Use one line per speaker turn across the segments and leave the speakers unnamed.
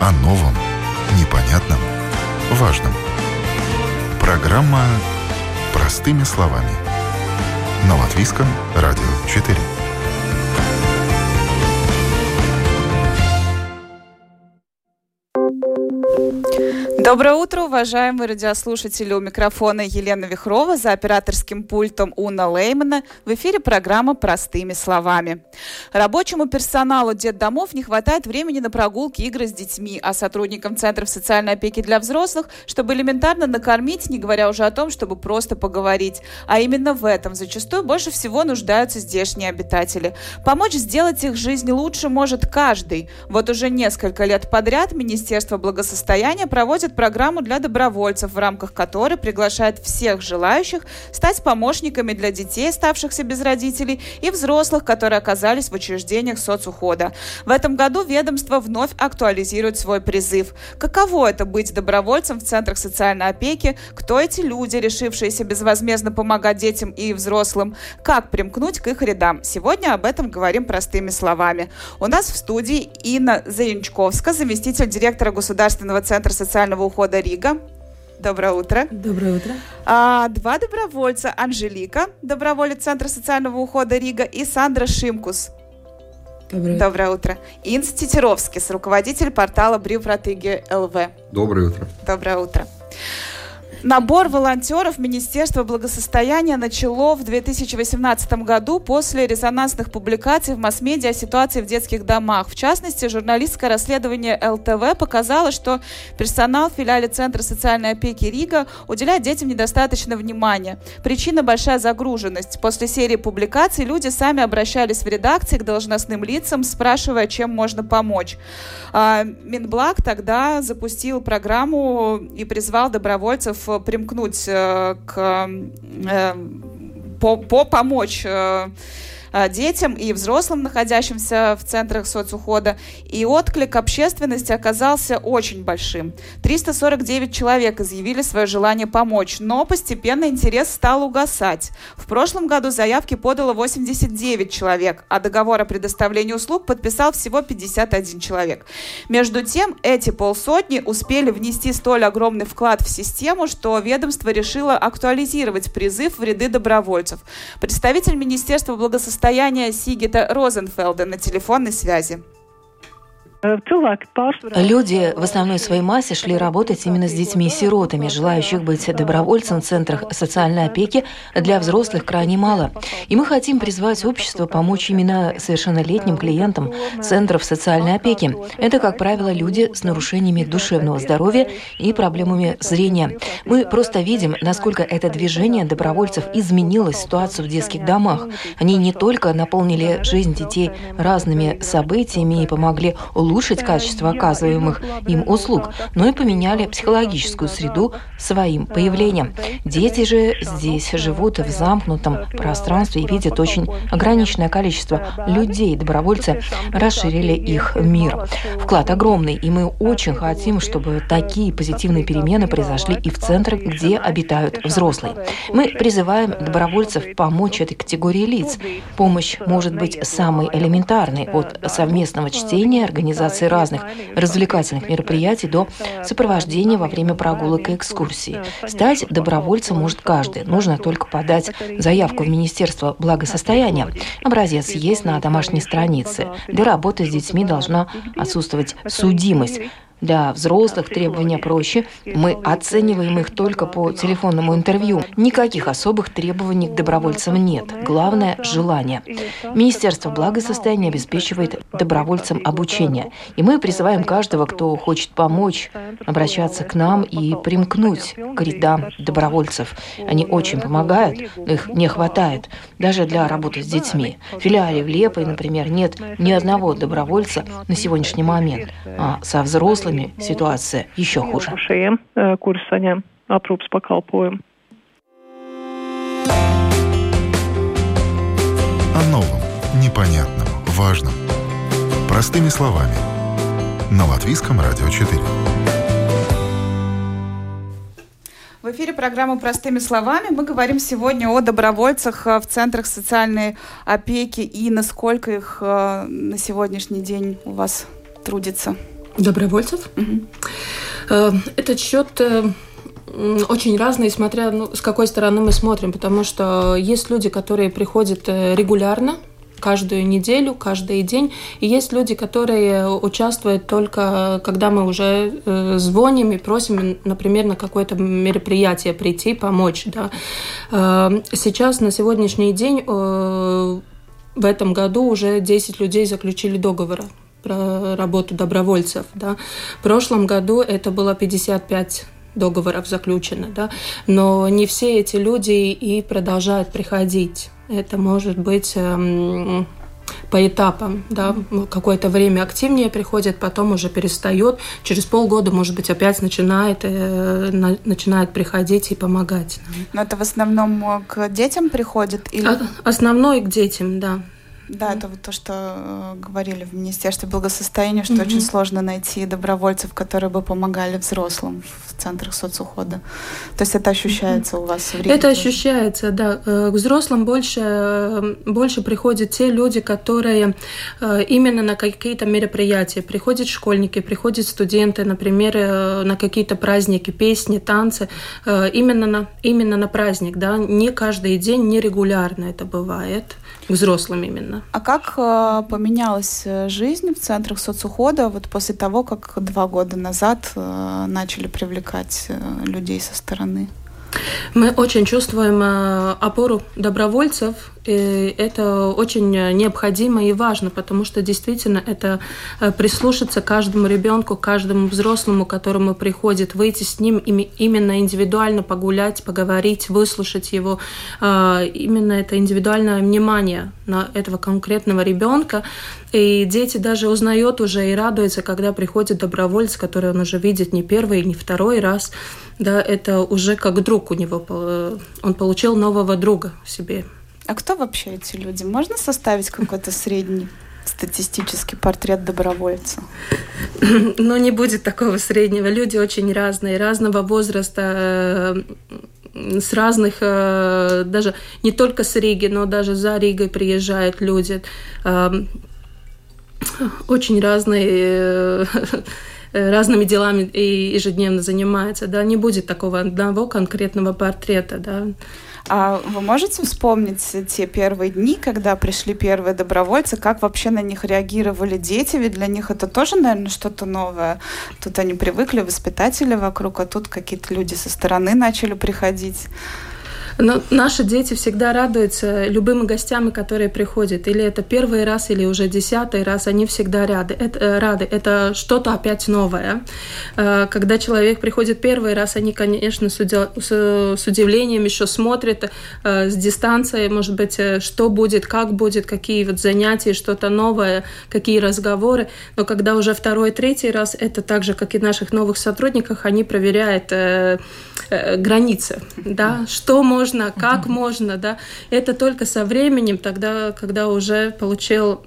О новом, непонятном, важном. Программа «Простыми словами» на Латвийском радио 4.
Доброе утро, уважаемые радиослушатели. У микрофона Елена Вихрова, за операторским пультом Уна Леймана. В эфире программа «Простыми словами». Рабочему персоналу детдомов не хватает времени на прогулки, игры с детьми, а сотрудникам центров социальной опеки для взрослых, чтобы элементарно накормить, не говоря уже о том, чтобы просто поговорить. А именно в этом зачастую больше всего нуждаются здешние обитатели. Помочь сделать их жизнь лучше может каждый. Вот уже несколько лет подряд Министерство благосостояния проводит программу для добровольцев, в рамках которой приглашает всех желающих стать помощниками для детей, оставшихся без родителей, и взрослых, которые оказались в учреждениях соцухода. В этом году ведомство вновь актуализирует свой призыв. Каково это быть добровольцем в центрах социальной опеки? Кто эти люди, решившиеся безвозмездно помогать детям и взрослым? Как примкнуть к их рядам? Сегодня об этом говорим простыми словами. У нас в студии Инна Заянчковска, заместитель директора Государственного центра социального ухода Рига. Доброе утро.
Доброе утро.
Два добровольца: Анжелика, доброволец Центра социального ухода Рига, и Сандра Шимкус. Доброе утро. Инс Титировскис, руководитель портала Брювратыги ЛВ.
Доброе утро.
Доброе утро. Набор волонтеров Министерства благосостояния начало в 2018 году после резонансных публикаций в масс-медиа о ситуации в детских домах. В частности, журналистское расследование ЛТВ показало, что персонал в филиале Центра социальной опеки Рига уделяет детям недостаточно внимания. Причина – большая загруженность. После серии публикаций люди сами обращались в редакции к должностным лицам, спрашивая, чем можно помочь. Минблаг тогда запустил программу и призвал добровольцев примкнуть помочь детям и взрослым, находящимся в центрах соцухода. И отклик общественности оказался очень большим. 349 человек изъявили свое желание помочь, но постепенно интерес стал угасать. В прошлом году заявки подало 89 человек, а договор о предоставлении услуг подписал всего 51 человек. Между тем, эти полсотни успели внести столь огромный вклад в систему, что ведомство решило актуализировать призыв в ряды добровольцев. Представитель Министерства благосостояния Сигита Розенфелда на телефонной связи.
Люди в основной своей массе шли работать именно с детьми и сиротами. Желающих быть добровольцем в центрах социальной опеки для взрослых крайне мало. И мы хотим призвать общество помочь именно совершеннолетним клиентам центров социальной опеки. Это, как правило, люди с нарушениями душевного здоровья и проблемами зрения. Мы просто видим, насколько это движение добровольцев изменило ситуацию в детских домах. Они не только наполнили жизнь детей разными событиями и помогли улучшить качество оказываемых им услуг, но и поменяли психологическую среду своим появлением. Дети же здесь живут в замкнутом пространстве и видят очень ограниченное количество людей. Добровольцы расширили их мир. Вклад огромный, и мы очень хотим, чтобы такие позитивные перемены произошли и в центрах, где обитают взрослые. Мы призываем добровольцев помочь этой категории лиц. Помощь может быть самой элементарной, от совместного чтения, организации разных развлекательных мероприятий до сопровождения во время прогулок и экскурсий. Стать добровольцем может каждый. Нужно только подать заявку в Министерство благосостояния. Образец есть на домашней странице. Для работы с детьми должна отсутствовать судимость. Для взрослых требования проще. Мы оцениваем их только по телефонному интервью. Никаких особых требований к добровольцам нет. Главное – желание. Министерство благосостояния обеспечивает добровольцам обучение. И мы призываем каждого, кто хочет помочь, обращаться к нам и примкнуть к рядам добровольцев. Они очень помогают, но их не хватает. Даже для работы с детьми. В филиале в Лепое, например, нет ни одного добровольца на сегодняшний момент. А со взрослыми ситуация еще хуже.
О новом, непонятном, важном. Простыми словами. На Латвийском радио 4.
В эфире программа «Простыми словами». Мы говорим сегодня о добровольцах в центрах социальной опеки и насколько их на сегодняшний день у вас трудится.
Добровольцев? Этот счет очень разный, смотря с какой стороны мы смотрим, потому что есть люди, которые приходят регулярно, каждую неделю, каждый день. И есть люди, которые участвуют только, когда мы уже звоним и просим, например, на какое-то мероприятие прийти, помочь. Да. Сейчас, на сегодняшний день, в этом году уже 10 людей заключили договор про работу добровольцев. Да. В прошлом году это было 55 договоров заключено. Да. Но не все эти люди и продолжают приходить. Это может быть по этапам, да, какое-то время активнее приходит, потом уже перестает, через полгода, может быть, опять начинает приходить и помогать.
Но это в основном к детям приходит? Или...
Основной к детям, да.
Да, это вот то, что говорили в Министерстве благосостояния, что очень сложно найти добровольцев, которые бы помогали взрослым в центрах соцухода. То есть это ощущается у вас в Риге?
Это ощущается, да. К взрослым больше приходят те люди, которые именно на какие-то мероприятия. Приходят школьники, приходят студенты, например, на какие-то праздники, песни, танцы. Именно на праздник, да. Не каждый день, не регулярно это бывает. К взрослым именно.
А как поменялась жизнь в центрах соцухода вот после того, как 2 года назад начали привлекать людей со стороны?
Мы очень чувствуем опору добровольцев, и это очень необходимо и важно, потому что действительно это прислушаться к каждому ребенку, к каждому взрослому, к которому приходит, выйти с ним именно индивидуально погулять, поговорить, выслушать его. Именно это индивидуальное внимание на этого конкретного ребенка. И дети даже узнают уже и радуются, когда приходит доброволец, который он уже видит не первый, не второй раз. Да, это уже как друг у него. Он получил нового друга в себе.
А кто вообще эти люди? Можно составить какой-то средний статистический портрет добровольца?
Ну, не будет такого среднего. Люди очень разные, разного возраста, с разных, даже не только с Риги, но даже за Ригой приезжают люди. Очень разные, разными делами и ежедневно занимаются. Да? Не будет такого одного конкретного портрета. Да?
А вы можете вспомнить те первые дни, когда пришли первые добровольцы, как вообще на них реагировали дети? Ведь для них это тоже, наверное, что-то новое. Тут они привыкли, воспитатели вокруг, а тут какие-то люди со стороны начали приходить.
Но наши дети всегда радуются любым гостям, которые приходят. Или это первый раз, или уже 10-й раз. Они всегда рады. Это что-то опять новое. Когда человек приходит первый раз, они, конечно, с удивлением еще смотрят с дистанции, может быть, что будет, как будет, какие вот занятия, что-то новое, какие разговоры. Но когда уже 2-й, 3-й раз, это так же, как и наших новых сотрудников, они проверяют границы, да, что можно, как можно, да, это только со временем, тогда, когда уже получил,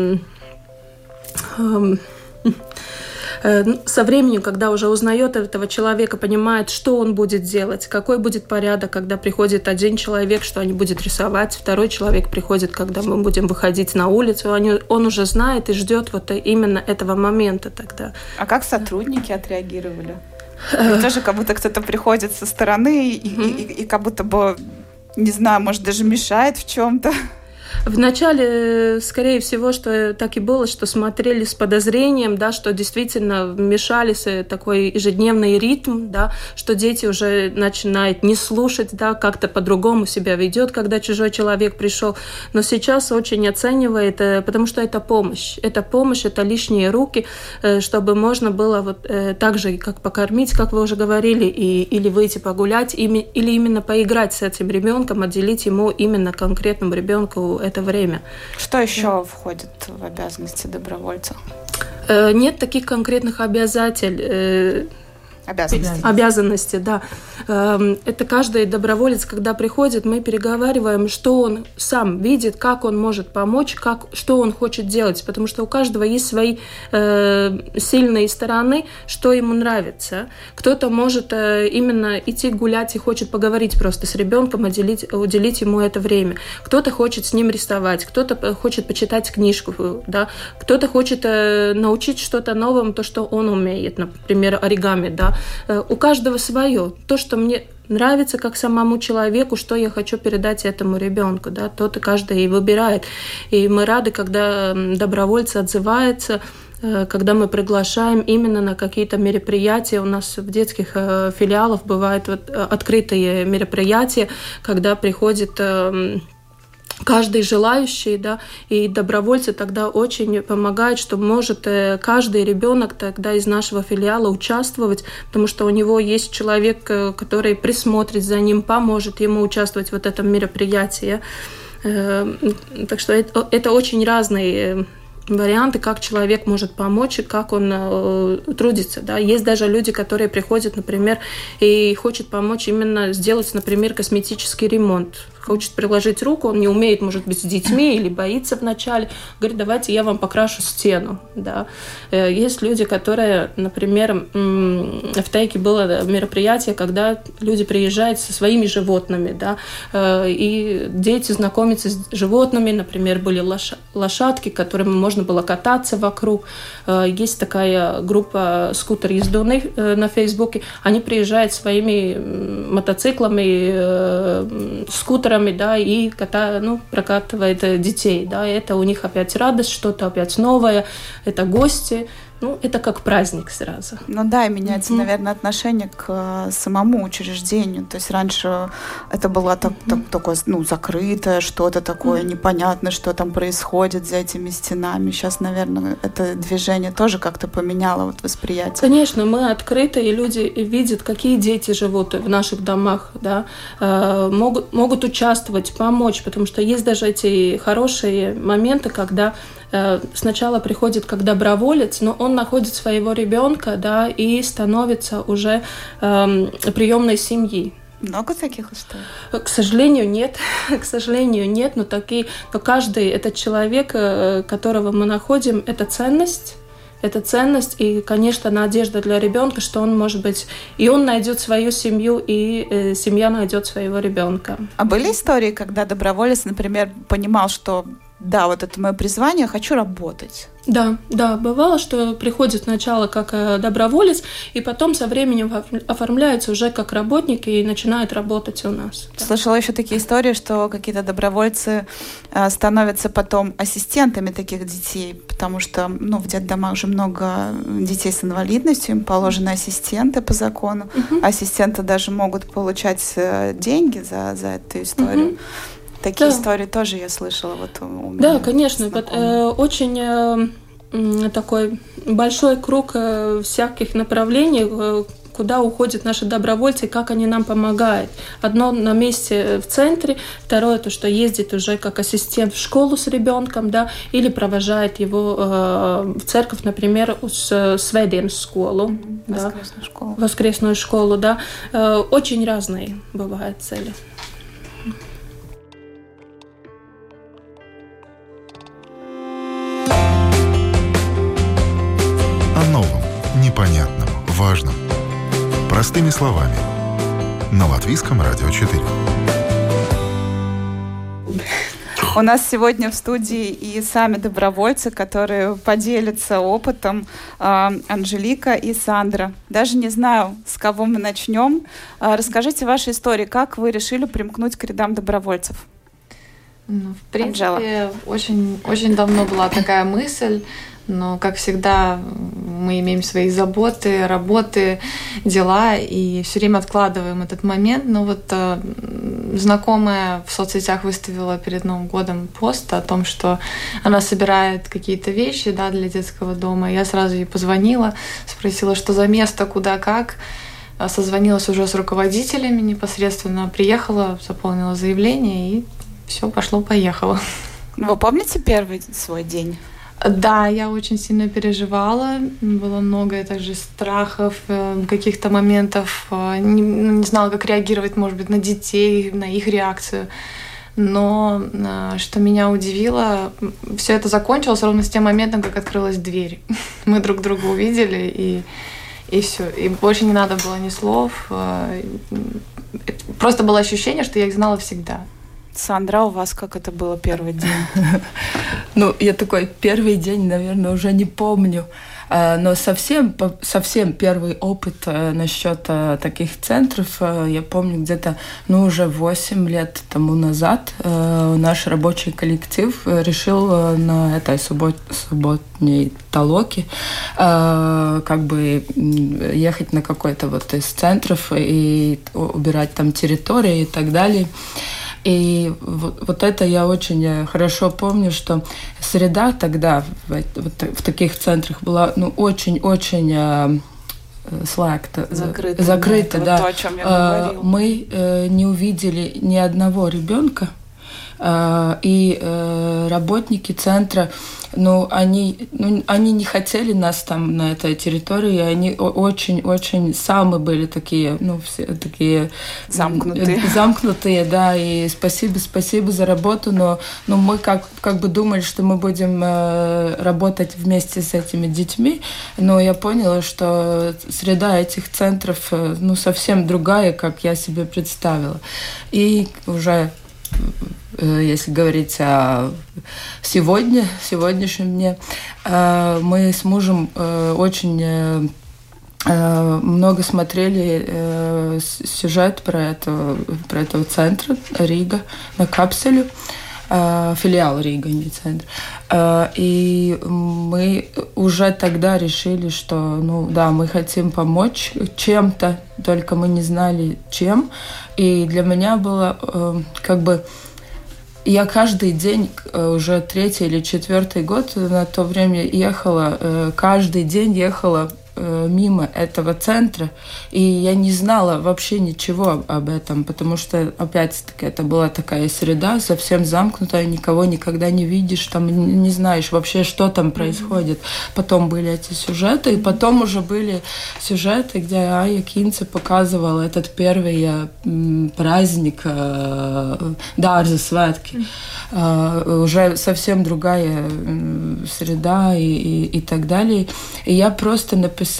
со временем, когда уже узнает этого человека, понимает, что он будет делать, какой будет порядок, когда приходит один человек, что они будут рисовать, второй человек приходит, когда мы будем выходить на улицу, он уже знает и ждет вот именно этого момента тогда.
А как сотрудники отреагировали? Тоже как будто кто-то приходит со стороны и как будто бы, не знаю, может, даже мешает в чем-то.
Вначале, скорее всего, что так и было, что смотрели с подозрением, да, что действительно вмешались в такой ежедневный ритм, да, что дети уже начинают не слушать, да, как-то по-другому себя ведет, когда чужой человек пришел. Но сейчас очень оценивает, потому что это помощь. Это помощь, это лишние руки, чтобы можно было вот так же, как покормить, как вы уже говорили, или выйти погулять, или именно поиграть с этим ребенком, отделить ему именно конкретному ребенку это время.
Что еще входит в обязанности добровольца?
Нет таких конкретных обязанностей, да. Это каждый доброволец, когда приходит, мы переговариваем, что он сам видит, как он может помочь, что он хочет делать, потому что у каждого есть свои сильные стороны, что ему нравится. Кто-то может именно идти гулять и хочет поговорить просто с ребенком, уделить ему это время. Кто-то хочет с ним рисовать, кто-то хочет почитать книжку, да? Кто-то хочет научить что-то новому, то, что он умеет, например, оригами. Да? У каждого свое. То, что мне нравится как самому человеку, что я хочу передать этому ребенку, да, то каждый и выбирает. И мы рады, когда добровольцы отзываются, когда мы приглашаем именно на какие-то мероприятия. У нас в детских филиалах бывают открытые мероприятия, когда приходит каждый желающий, да, и добровольцы тогда очень помогают, что может каждый ребенок тогда из нашего филиала участвовать, потому что у него есть человек, который присмотрит за ним, поможет ему участвовать в этом мероприятии. Так что это очень разные варианты, как человек может помочь и как он трудится. Да. Есть даже люди, которые приходят, например, и хочет помочь именно сделать, например, косметический ремонт. Хочет приложить руку, он не умеет, может быть, с детьми или боится вначале. Говорит, давайте я вам покрашу стену. Да. Есть люди, которые, например, в Тейке было мероприятие, когда люди приезжают со своими животными, да, и дети знакомятся с животными. Например, были лошадки, которыми можно было кататься вокруг. Есть такая группа скутер-ездуны на Фейсбуке. Они приезжают своими мотоциклами, скутерами, да, и прокатывает детей. Да. Это у них опять радость, что-то опять новое. Это гости. Это как праздник сразу.
Ну да, и меняется, наверное, отношение к самому учреждению. То есть раньше это было такое, закрытое, что-то такое непонятное, что там происходит за этими стенами. Сейчас, наверное, это движение тоже как-то поменяло восприятие.
Конечно, мы открыты, и люди видят, какие дети живут в наших домах, да, могут участвовать, помочь, потому что есть даже эти хорошие моменты, когда сначала приходит как доброволец, но он находит своего ребенка, да, и становится уже приемной семьей.
Много таких историй?
К сожалению, нет. Но каждый этот человек, которого мы находим, это ценность. Это ценность и, конечно, надежда для ребенка, что он, может быть, и он найдет свою семью, и семья найдет своего ребенка.
А были истории, когда доброволец, например, понимал, что да, вот это мое призвание, хочу работать?
Да, бывало, что приходит сначала как доброволец, и потом со временем оформляется уже как работник и начинает работать у нас. Да.
Слышала еще такие истории, что какие-то добровольцы становятся потом ассистентами таких детей, потому что в детдомах уже много детей с инвалидностью, им положены ассистенты по закону. Ассистенты даже могут получать деньги за эту историю. Такие истории тоже я слышала. У меня
да, конечно. Очень такой большой круг всяких направлений, куда уходят наши добровольцы и как они нам помогают. Одно на месте в центре, второе то, что ездит уже как ассистент в школу с ребенком, да, или провожает его в церковь, например, в сvētdienas школу. Воскресную школу, да. Очень разные бывают цели.
О новом, непонятном, важном. Простыми словами. На Латвийском радио 4.
У нас сегодня в студии и сами добровольцы, которые поделятся опытом, Анжелика и Сандра. Даже не знаю, с кого мы начнем. Расскажите ваши истории. Как вы решили примкнуть к рядам добровольцев?
В принципе, очень, очень давно была такая мысль, но, как всегда, мы имеем свои заботы, работы, дела, и все время откладываем этот момент. Но знакомая в соцсетях выставила перед Новым годом пост о том, что она собирает какие-то вещи, да, для детского дома. Я сразу ей позвонила, спросила, что за место, куда, как. Созвонилась уже с руководителями непосредственно, приехала, заполнила заявление, и все, пошло-поехало.
Вы помните первый свой день?
Да, я очень сильно переживала. Было много также страхов, каких-то моментов. Не знала, как реагировать, может быть, на детей, на их реакцию. Но что меня удивило, все это закончилось ровно с тем моментом, как открылась дверь. Мы друг друга увидели, и все. И больше не надо было ни слов. Просто было ощущение, что я их знала всегда.
Сандра, у вас как это было первый день?
Ну, я такой первый день, наверное, уже не помню. Но совсем первый опыт насчет таких центров, я помню где-то, уже 8 лет тому назад наш рабочий коллектив решил на этой субботней толоке как бы ехать на какой-то вот из центров и убирать там территории и так далее. И вот это я очень хорошо помню, что среда тогда в таких центрах была очень-очень закрыта, да.
То, о чем я говорила.
Мы не увидели ни одного ребенка, и работники центра, они не хотели нас там на этой территории, они очень-очень сами были такие, все такие замкнутые, да, и спасибо за работу, но мы как бы думали, что мы будем работать вместе с этими детьми, но я поняла, что среда этих центров, совсем другая, как я себе представила. И уже если говорить о сегодняшнем дне, мы с мужем очень много смотрели сюжет про этого центра Рига на Капселю, филиал Рига, не центр. И мы уже тогда решили, что, мы хотим помочь чем-то, только мы не знали чем. И для меня было я каждый день, уже 3-й или 4-й год на то время каждый день ехала мимо этого центра, и я не знала вообще ничего об этом, потому что, опять-таки, это была такая среда, совсем замкнутая, никого никогда не видишь, там не знаешь вообще, что там происходит. Потом были эти сюжеты, и потом уже были сюжеты, где Айя Кинце показывала этот первый праздник Дārza svētki. Уже совсем другая среда и так далее. И я просто написала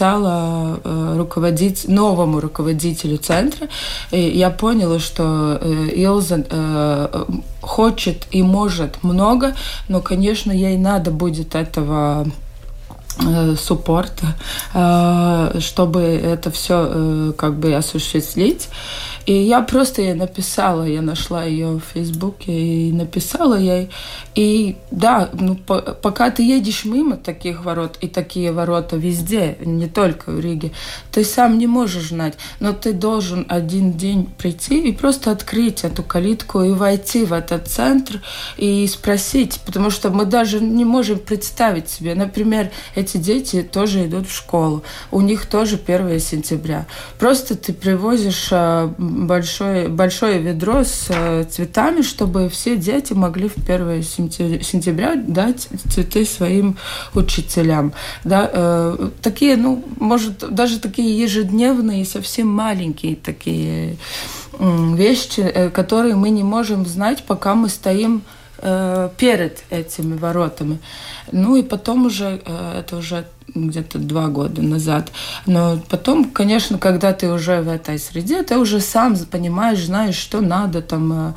новому руководителю центра. И я поняла, что Илза хочет и может много, но, конечно, ей надо будет этого суппорта, чтобы это все как бы осуществить. И я просто ей написала, я нашла ее в Фейсбуке и написала ей. И да, пока ты едешь мимо таких ворот, и такие ворота везде, не только в Риге, ты сам не можешь знать, но ты должен один день прийти и просто открыть эту калитку и войти в этот центр и спросить, потому что мы даже не можем представить себе. Например, эти дети тоже идут в школу, у них тоже 1 сентября. Просто ты привозишь большое ведро с цветами, чтобы все дети могли в 1 сентября дать цветы своим учителям. Да? Такие, может, даже такие ежедневные, совсем маленькие такие вещи, которые мы не можем знать, пока мы стоим перед этими воротами. И потом уже, это уже где-то 2 года назад. Но потом, конечно, когда ты уже в этой среде, ты уже сам понимаешь, знаешь, что надо, там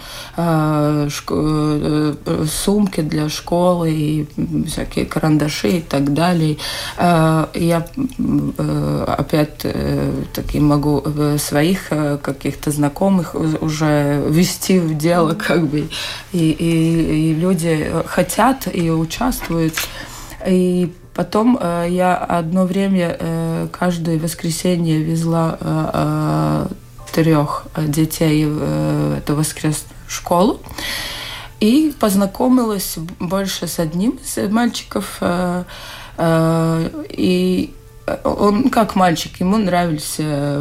сумки для школы и всякие карандаши и так далее. Я опять-таки могу своих каких-то знакомых уже ввести в дело, как бы, и люди хотят и участвуют. И потом я одно время каждое воскресенье везла 3 детей в эту воскресную школу и познакомилась больше с одним из мальчиков. И он как мальчик, ему нравилось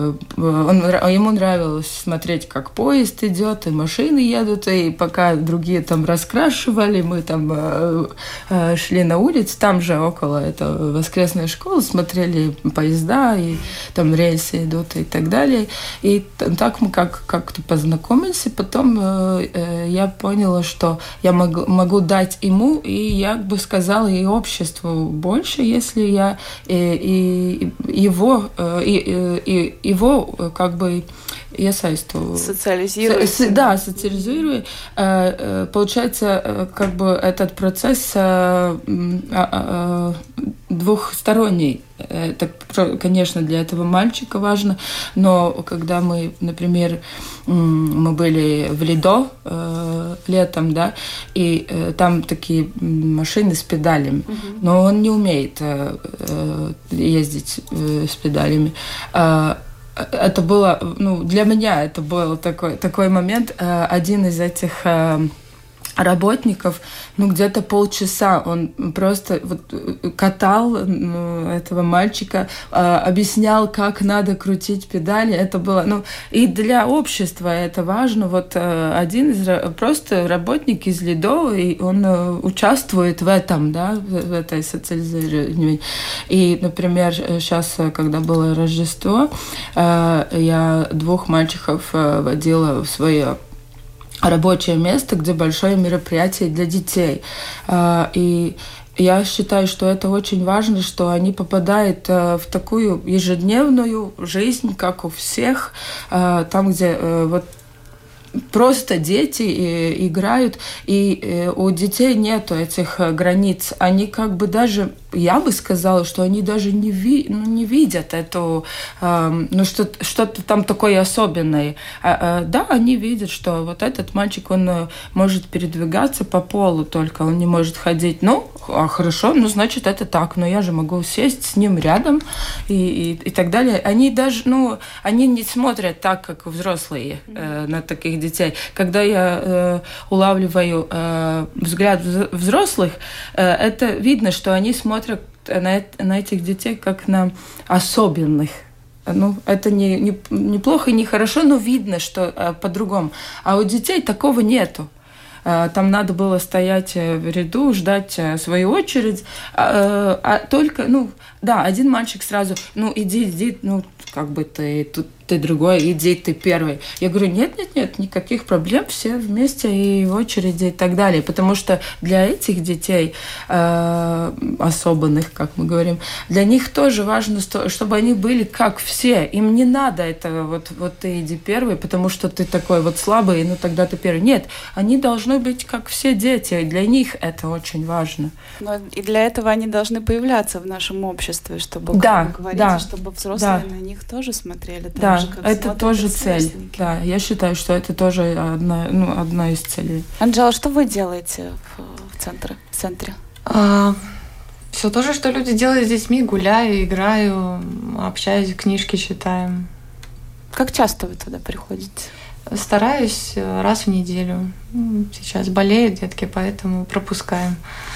смотреть, как поезд идет, и машины едут, и пока другие там раскрашивали, мы там шли на улицу, там же около этого воскресной школы смотрели поезда, и там рельсы идут и так далее. И так мы как-то познакомились, и потом я поняла, что я могу дать ему, и я бы сказала, и обществу больше, если я его как бы социализирую. Получается, как бы этот процесс двухсторонний. Это, конечно, для этого мальчика важно, но когда мы, например, мы были в Лидо летом, да, и там такие машины с педалями, но он не умеет ездить с педалями. Это было, для меня это был такой момент. Один из этих работников, где-то полчаса он просто катал этого мальчика, объяснял, как надо крутить педали. Это было, и для общества это важно. Один из просто работник из Лидо, и он участвует в этом, да, в этой социализации. И, например, сейчас, когда было Рождество, я 2 мальчиков водила в свое рабочее место, где большое мероприятие для детей. И я считаю, что это очень важно, что они попадают в такую ежедневную жизнь, как у всех, там, где просто дети играют, и у детей нету этих границ. Они как бы даже, я бы сказала, что они даже не видят эту, что-то там такое особенное. Да, они видят, что вот этот мальчик, он может передвигаться по полу только, он не может ходить. Хорошо, значит, это так, но я же могу сесть с ним рядом и так далее. Они даже, они не смотрят так, как взрослые на таких детей. Когда я улавливаю взгляд взрослых, это видно, что они смотрят на этих детей как на особенных. Это не плохо и не хорошо, но видно, что по-другому. А у детей такого нету. Там надо было стоять в ряду, ждать свою очередь. Только, один мальчик сразу, иди, как бы ты другой, иди, ты первый. Я говорю, нет, никаких проблем, все вместе и в очереди и так далее. Потому что для этих детей особенных, как мы говорим, для них тоже важно, чтобы они были как все. Им не надо это ты иди первый, потому что ты такой слабый, тогда ты первый. Нет, они должны быть как все дети, и для них это очень важно.
Но и для этого они должны появляться в нашем обществе, чтобы, как вы говорите, чтобы взрослые на них тоже смотрели так же, как
это тоже цель. Да, я считаю, что это тоже одна из целей.
Анжела, что вы делаете в центре?
Все то же, что люди делают с детьми. Гуляю, играю, общаюсь, книжки читаем.
Как часто вы туда приходите?
Стараюсь раз в неделю. Сейчас болеют детки, поэтому пропускаем.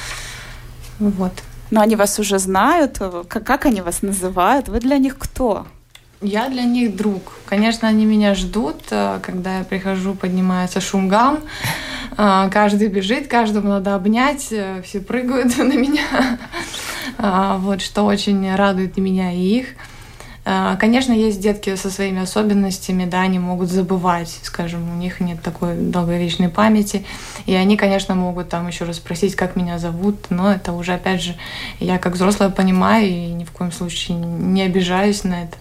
Но они вас уже знают? Как они вас называют? Вы для них кто?
Я для них друг. Конечно, они меня ждут. Когда я прихожу, поднимается шум-гам. Каждый бежит, каждому надо обнять. Все прыгают на меня. Что очень радует и меня, и их. Конечно, есть детки со своими особенностями, да, они могут забывать, скажем, у них нет такой долговечной памяти, и они, конечно, могут там еще раз спросить, как меня зовут, но это уже, опять же, я как взрослая понимаю и ни в коем случае не обижаюсь на это.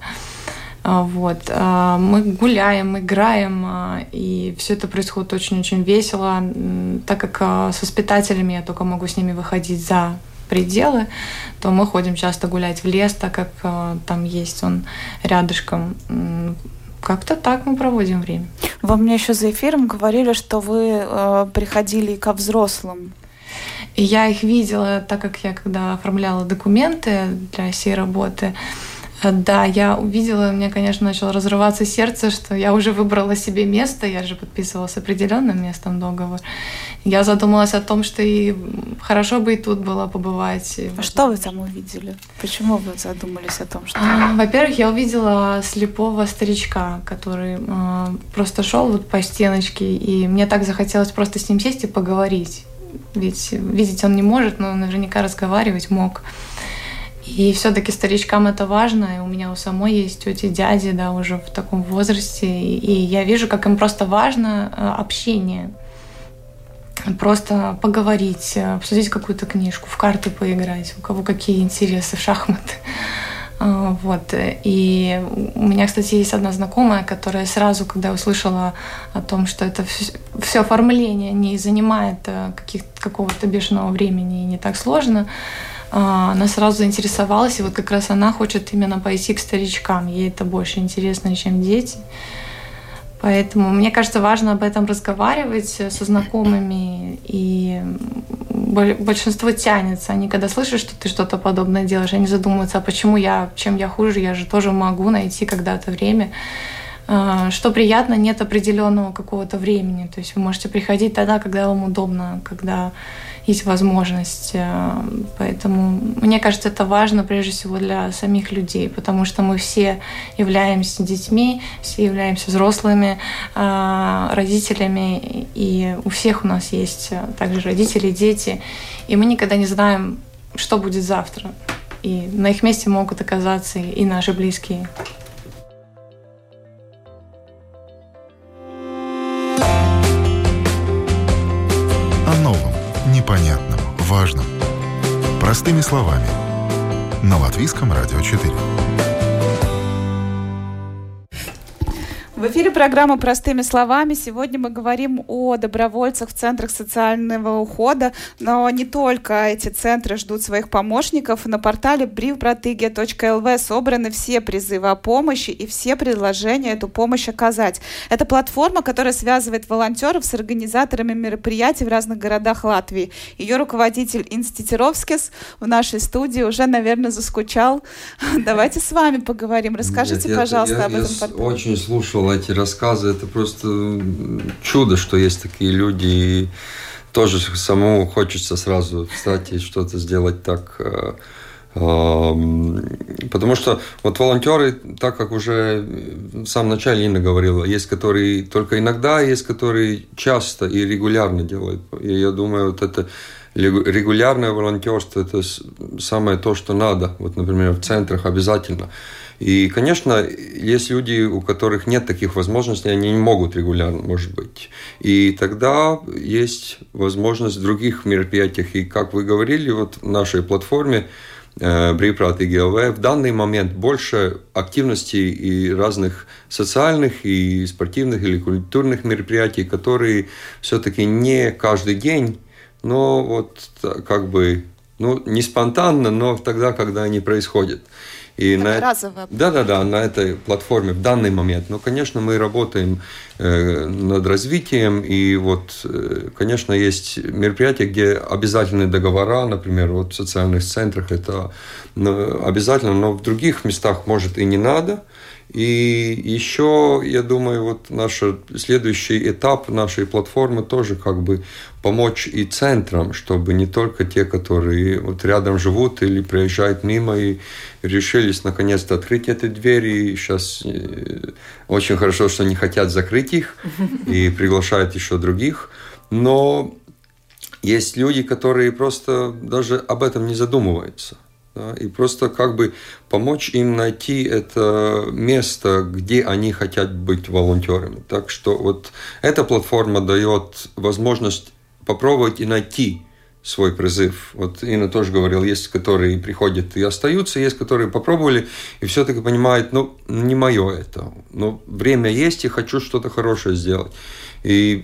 Мы гуляем, играем, и все это происходит очень-очень весело, так как с воспитателями я только могу с ними выходить за пределы, то мы ходим часто гулять в лес, так как там есть он рядышком. Как-то так мы проводим время.
Вы мне еще за эфиром говорили, что вы приходили ко взрослым.
И я их видела, так как я когда оформляла документы для сей работы, Да, я увидела, у меня, конечно, начало разрываться сердце, что я уже выбрала себе место, я же подписывала с определенным местом договор. Я задумалась о том, что и хорошо бы и тут было побывать.
А что вы там увидели? Почему вы задумались о том, что...
Во-первых, я увидела слепого старичка, который просто шел вот по стеночке, и мне так захотелось просто с ним сесть и поговорить. Ведь видеть он не может, но наверняка разговаривать мог. И все-таки старичкам это важно, и у меня у самой есть тети, дяди, да, уже в таком возрасте, и я вижу, как им просто важно общение. Просто поговорить, обсудить какую-то книжку, в карты поиграть, у кого какие интересы, в шахматы. Вот. И у меня, кстати, есть одна знакомая, которая сразу, когда услышала о том, что это все оформление не занимает какого-то бешеного времени и не так сложно, она сразу заинтересовалась, и вот как раз она хочет именно пойти к старичкам. Ей это больше интересно, чем дети. Поэтому мне кажется, важно об этом разговаривать со знакомыми, и большинство тянется. Они когда слышат, что ты что-то подобное делаешь, они задумываются, а чем я хуже, я же тоже могу найти когда-то время. Что приятно, нет определенного какого-то времени. То есть вы можете приходить тогда, когда вам удобно, когда есть возможность. Поэтому мне кажется, это важно прежде всего для самих людей, потому что мы все являемся детьми, все являемся взрослыми, родителями, и у всех у нас есть также родители, дети, и мы никогда не знаем, что будет завтра. И на их месте могут оказаться и наши близкие.
О новом, непонятном, важном. Простыми словами. На Латвийском радио 4.
В эфире программа «Простыми словами». Сегодня мы говорим о добровольцах в центрах социального ухода, но не только эти центры ждут своих помощников. На портале brīvprātīgie.lv собраны все призывы о помощи и все предложения эту помощь оказать. Это платформа, которая связывает волонтеров с организаторами мероприятий в разных городах Латвии. Ее руководитель Инсти Тировскис в нашей студии уже, наверное, заскучал. Давайте с вами поговорим. Расскажите, пожалуйста, об этом портале.
Я очень слушал эти рассказы, это просто чудо, что есть такие люди, и тоже самому хочется сразу встать и что-то сделать так, потому что вот волонтеры, так как уже в самом начале Инна говорила, есть, которые только иногда, есть, которые часто и регулярно делают, и я думаю, вот это регулярное волонтерство – это самое то, что надо, вот, например, в центрах обязательно. И, конечно, есть люди, у которых нет таких возможностей, они не могут регулярно, может быть. И тогда есть возможность в других мероприятиях. И, как вы говорили, вот в нашей платформе brīvprātīgie.lv в данный момент больше активностей и разных социальных, и спортивных, или культурных мероприятий, которые все-таки не каждый день, но вот как бы, не спонтанно, но тогда, когда они происходят. И
разово.
Да, на этой платформе в данный момент. Но, конечно, мы работаем над развитием, и вот, конечно, есть мероприятия, где обязательны договора, например, вот в социальных центрах это обязательно, но в других местах, может, и не надо. И еще, я думаю, вот наш следующий этап нашей платформы тоже как бы помочь и центрам, чтобы не только те, которые вот рядом живут или проезжают мимо и решились наконец-то открыть эти двери. И сейчас очень хорошо, что не хотят закрыть их и приглашают еще других. Но есть люди, которые просто даже об этом не задумываются. Да, и просто как бы помочь им найти это место, где они хотят быть волонтерами. Так что вот эта платформа дает возможность попробовать и найти свой призыв. Вот Инна тоже говорила, есть, которые приходят и остаются, есть, которые попробовали и все-таки понимают, не мое это. Но время есть, и хочу что-то хорошее сделать. И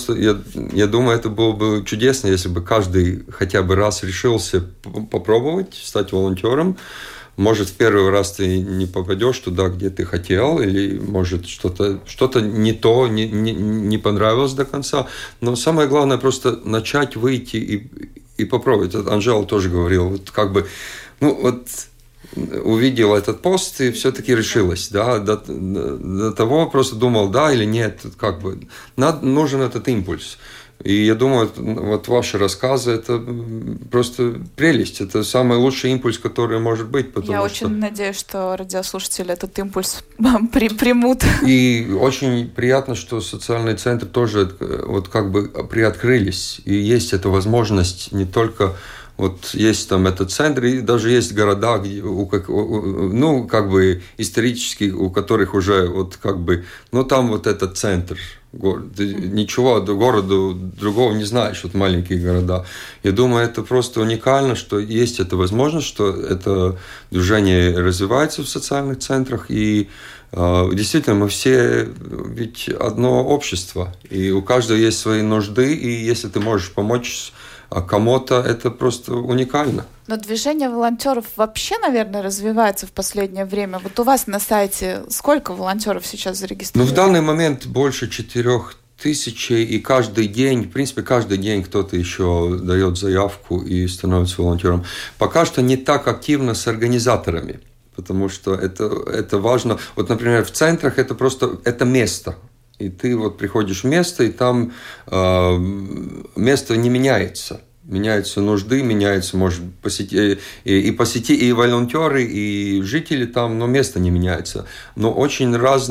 я думаю, это было бы чудесно, если бы каждый хотя бы раз решился попробовать стать волонтером. Может, в первый раз ты не попадешь туда, где ты хотел, или, может, что-то не то, не понравилось до конца. Но самое главное просто начать выйти и попробовать. Анжела тоже говорила, вот как бы, увидела этот пост и все-таки решилась. Да? До того просто думал, да или нет, как бы нужен этот импульс. И я думаю, вот ваши рассказы – это просто прелесть. Это самый лучший импульс, который может быть.
Я очень надеюсь, что радиослушатели этот импульс примут.
И очень приятно, что социальные центры тоже вот как бы приоткрылись. И есть эта возможность не только… Вот есть там этот центр, и даже есть города, где, ну, как бы исторические, у которых уже вот как бы, ну, там вот этот центр. Ты ничего до города другого не знаешь, вот маленькие города. Я думаю, это просто уникально, что есть эта возможность, что это движение развивается в социальных центрах, и действительно мы все ведь одно общество, и у каждого есть свои нужды, и если ты можешь помочь кому-то, это просто уникально.
Но движение волонтеров вообще, наверное, развивается в последнее время. Вот у вас на сайте сколько волонтеров сейчас зарегистрировано?
Ну, в данный момент больше 4000, и каждый день, в принципе, каждый день кто-то еще дает заявку и становится волонтером. Пока что не так активно с организаторами, потому что это важно. Вот, например, в центрах это просто это место. И ты вот приходишь в место, и там место не меняется. Меняются нужды, меняются, может, и волонтеры, и жители там, но место не меняется. Но очень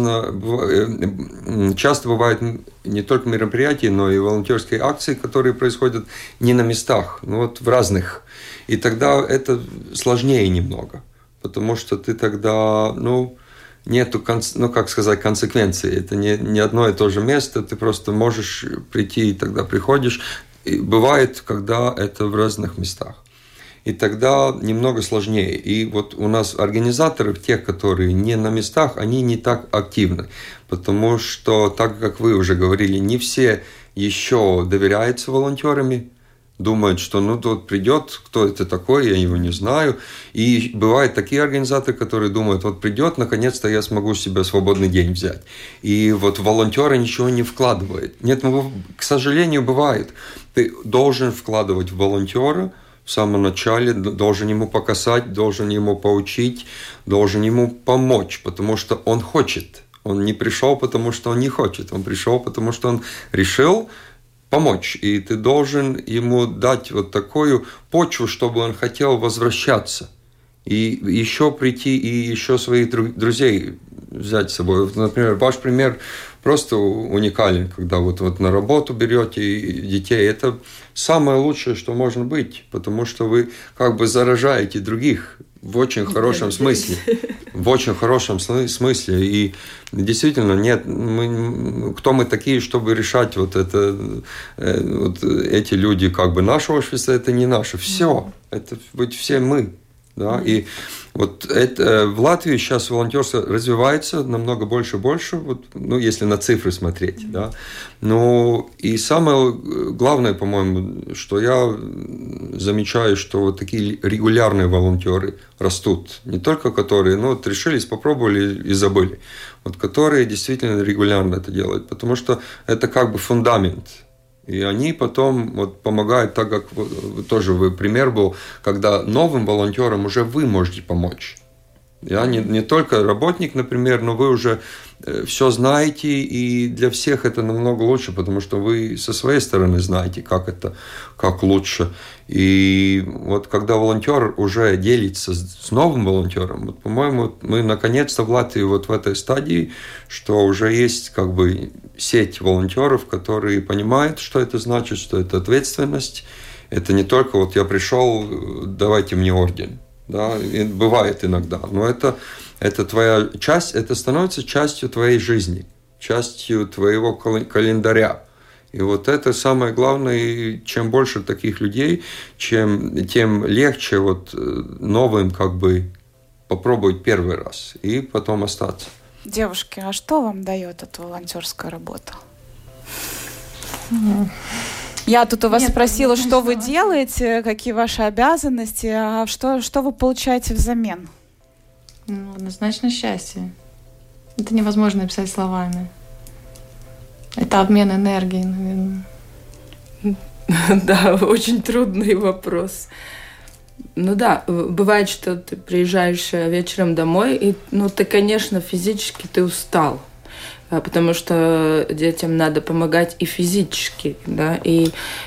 часто бывают не только мероприятия, но и волонтерские акции, которые происходят не на местах, но вот в разных. И тогда это сложнее немного, потому что ты тогда, нету, как сказать, консеквенции. Это не одно и то же место, ты просто можешь прийти, и тогда приходишь. И бывает, когда это в разных местах. И тогда немного сложнее. И вот у нас организаторы, те, которые не на местах, они не так активны. Потому что, так как вы уже говорили, не все еще доверяются волонтерами. Думают, что тут придет, кто это такой, я его не знаю. И бывают такие организаторы, которые думают, вот придет, наконец-то я смогу себе свободный день взять. И вот волонтеры ничего не вкладывают. Нет, к сожалению, бывает. Ты должен вкладывать в волонтера в самом начале, должен ему показать, должен ему поучить, должен ему помочь, потому что он хочет. Он не пришел, потому что он не хочет. Он пришел, потому что он решил помочь. И ты должен ему дать вот такую почву, чтобы он хотел возвращаться. И еще прийти, и еще своих друзей взять с собой. Например, ваш пример просто уникален, когда вот на работу берете детей. Это самое лучшее, что может быть, потому что вы как бы заражаете других в очень хорошем смысле. В очень хорошем смысле. И действительно, нет, кто мы такие, чтобы решать вот это, вот эти люди, как бы наше общество, это не наше. Все. Это быть все мы. Да? И вот это, в Латвии сейчас волонтерство развивается намного больше и больше, вот, если на цифры смотреть. Да? И самое главное, по-моему, что я замечаю, что вот такие регулярные волонтеры растут. Не только которые решились, попробовали и забыли. Вот которые действительно регулярно это делают, потому что это как бы фундамент. И они потом помогают, так как тоже пример был, когда новым волонтерам уже вы можете помочь. Не только работник, например, но вы уже все знаете, и для всех это намного лучше, потому что вы со своей стороны знаете, как лучше. И вот когда волонтер уже делится с новым волонтером, по-моему, мы наконец-то в Латвии в этой стадии, что уже есть как бы сеть волонтеров, которые понимают, что это значит, что это ответственность. Это не только я пришел, давайте мне орден. Да, и бывает иногда, но это твоя часть, это становится частью твоей жизни, частью твоего календаря. И вот это самое главное, и чем больше таких людей, тем легче новым как бы попробовать первый раз и потом остаться.
Девушки, а что вам дает эта волонтерская работа? Я тут у вас спросила, что вы делаете, какие ваши обязанности, а что вы получаете взамен?
Однозначно счастье. Это невозможно описать словами. Это обмен энергией, наверное.
Да, очень трудный вопрос. Ну да, бывает, что ты приезжаешь вечером домой, и, ты, конечно, физически ты устал, потому что детям надо помогать и физически, да, и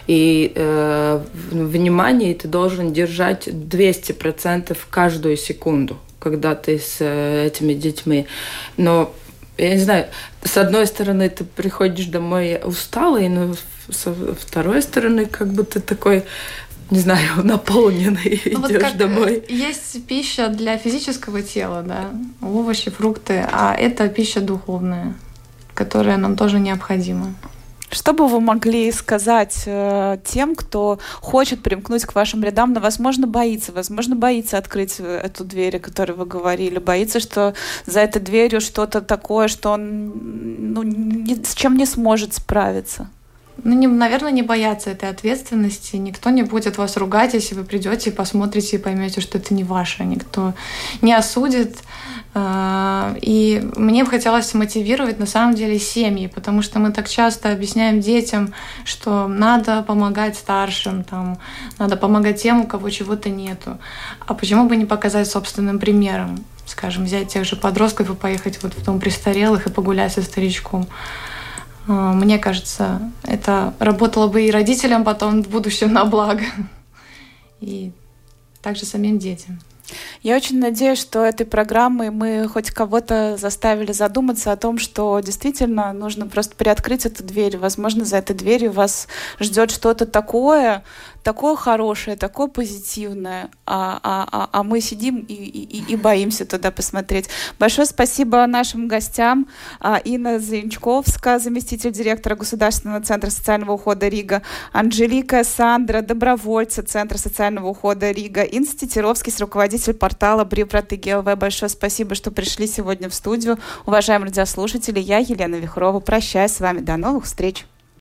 внимание ты должен держать 200% каждую секунду, когда ты с этими детьми. Но, я не знаю, с одной стороны, ты приходишь домой усталый, но с второй стороны, как бы ты такой... не знаю, наполненный, идешь домой.
Есть пища для физического тела, да, овощи, фрукты, а это пища духовная, которая нам тоже необходима.
Что бы вы могли сказать тем, кто хочет примкнуть к вашим рядам, но, возможно, боится открыть эту дверь, о которой вы говорили, боится, что за этой дверью что-то такое, что он с чем не сможет справиться?
Наверное, не бояться этой ответственности. Никто не будет вас ругать, если вы придете и посмотрите и поймете, что это не ваше. Никто не осудит. И мне бы хотелось мотивировать, на самом деле, семьи, потому что мы так часто объясняем детям, что надо помогать старшим, надо помогать тем, у кого чего-то нету. А почему бы не показать собственным примером? Скажем, взять тех же подростков и поехать в дом престарелых и погулять со старичком. Мне кажется, это работало бы и родителям потом в будущем на благо, и также самим детям.
Я очень надеюсь, что этой программой мы хоть кого-то заставили задуматься о том, что действительно нужно просто приоткрыть эту дверь. Возможно, за этой дверью вас ждет что-то такое хорошее, такое позитивное, а мы сидим и боимся туда посмотреть. Большое спасибо нашим гостям. Инна Зинчковская, заместитель директора Государственного центра социального ухода Рига, Анжелика Сандра, добровольца Центра социального ухода Рига, Инна Тетеровский, руководитель портала Брив.ЛВ. Большое спасибо, что пришли сегодня в студию. Уважаемые радиослушатели, я, Елена Вихрова, прощаюсь с вами. До новых встреч.